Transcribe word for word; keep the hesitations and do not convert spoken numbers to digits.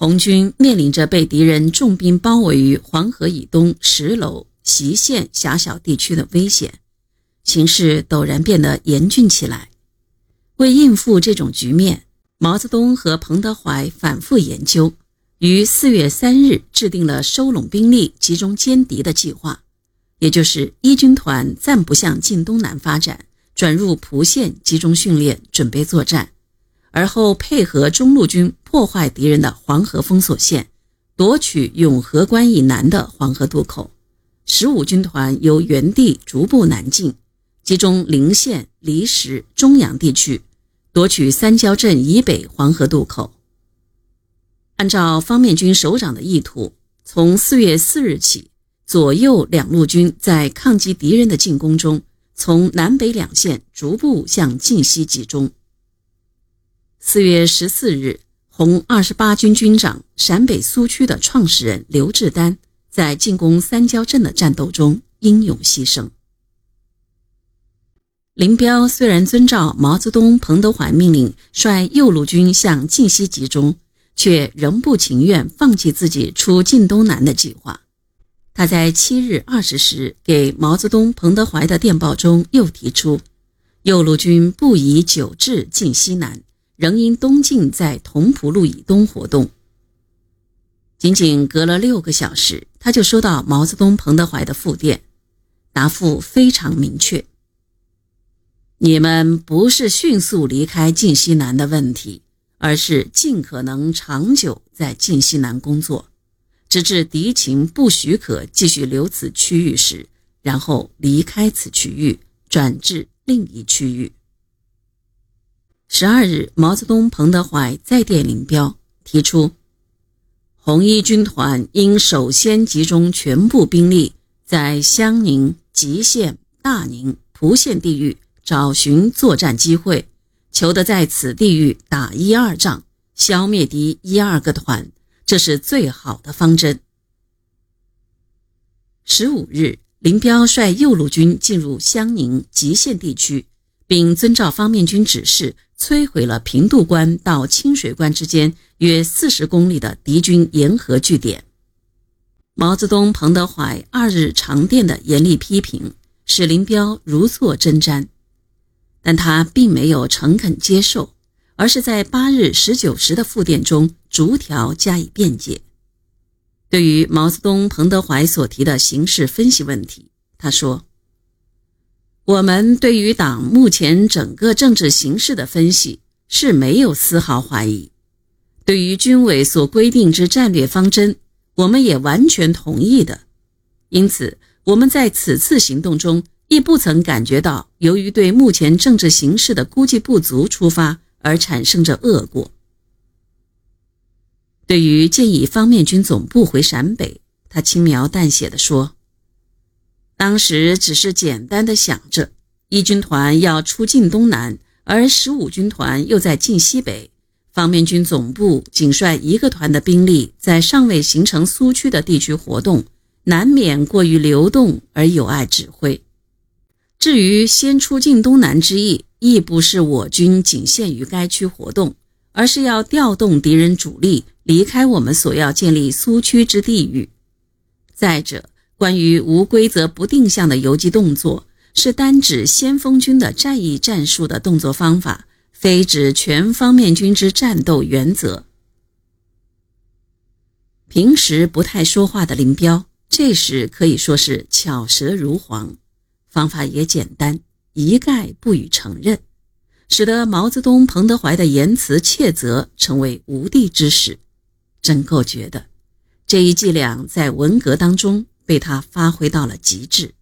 红军面临着被敌人重兵包围于黄河以东石楼、隰县狭小地区的危险，形势陡然变得严峻起来。为应付这种局面，毛泽东和彭德怀反复研究，于四月三日制定了收拢兵力、集中歼敌的计划，也就是一军团暂不向晋东南发展，转入蒲县集中训练，准备作战，而后配合中路军破坏敌人的黄河封锁线，夺取永和关以南的黄河渡口。十五军团由原地逐步南进，集中临县、离石、中阳地区，夺取三交镇以北黄河渡口。按照方面军首长的意图，从四月四日起，左右两路军在抗击敌人的进攻中，从南北两线逐步向晋西集中。四月十四日，红二十八军军长、陕北苏区的创始人刘志丹在进攻三交镇的战斗中英勇牺牲。林彪虽然遵照毛泽东、彭德怀命令率右路军向晋西集中，却仍不情愿放弃自己出晋东南的计划。他在七日二十时给毛泽东、彭德怀的电报中又提出，右路军不宜久滞晋西南，仍因东进在同蒲路以东活动。仅仅隔了六个小时，他就收到毛泽东、彭德怀的复电，答复非常明确：你们不是迅速离开晋西南的问题，而是尽可能长久在晋西南工作，直至敌情不许可继续留此区域时，然后离开此区域，转至另一区域。十二日，毛泽东、彭德怀再电林彪，提出红一军团应首先集中全部兵力，在襄宁、吉县、大宁、蒲县地域找寻作战机会，求得在此地域打一二仗，消灭敌一二个团，这是最好的方针。十五日，林彪率右路军进入襄宁、吉县地区，并遵照方面军指示，摧毁了平渡关到清水关之间约四十公里的敌军沿河据点。毛泽东、彭德怀二日长电的严厉批评，使林彪如坐针毡，但他并没有诚恳接受，而是在八日十九时的复电中逐条加以辩解。对于毛泽东、彭德怀所提的形势分析问题，他说，我们对于党目前整个政治形势的分析是没有丝毫怀疑，对于军委所规定之战略方针，我们也完全同意的。因此，我们在此次行动中亦不曾感觉到由于对目前政治形势的估计不足出发而产生着恶果。对于建议方面军总部回陕北，他轻描淡写地说，当时只是简单的想着一军团要出晋东南，而十五军团又在晋西北，方面军总部仅率一个团的兵力在尚未形成苏区的地区活动，难免过于流动而有碍指挥。至于先出晋东南之意，亦不是我军仅限于该区活动，而是要调动敌人主力离开我们所要建立苏区之地域。再者，关于无规则不定向的游击动作，是单指先锋军的战役战术的动作方法，非指全方面军之战斗原则。平时不太说话的林彪，这时可以说是巧舌如簧，方法也简单，一概不予承认，使得毛泽东、彭德怀的言辞切责成为无地之使。真够觉得这一伎俩在文革当中被他发挥到了极致。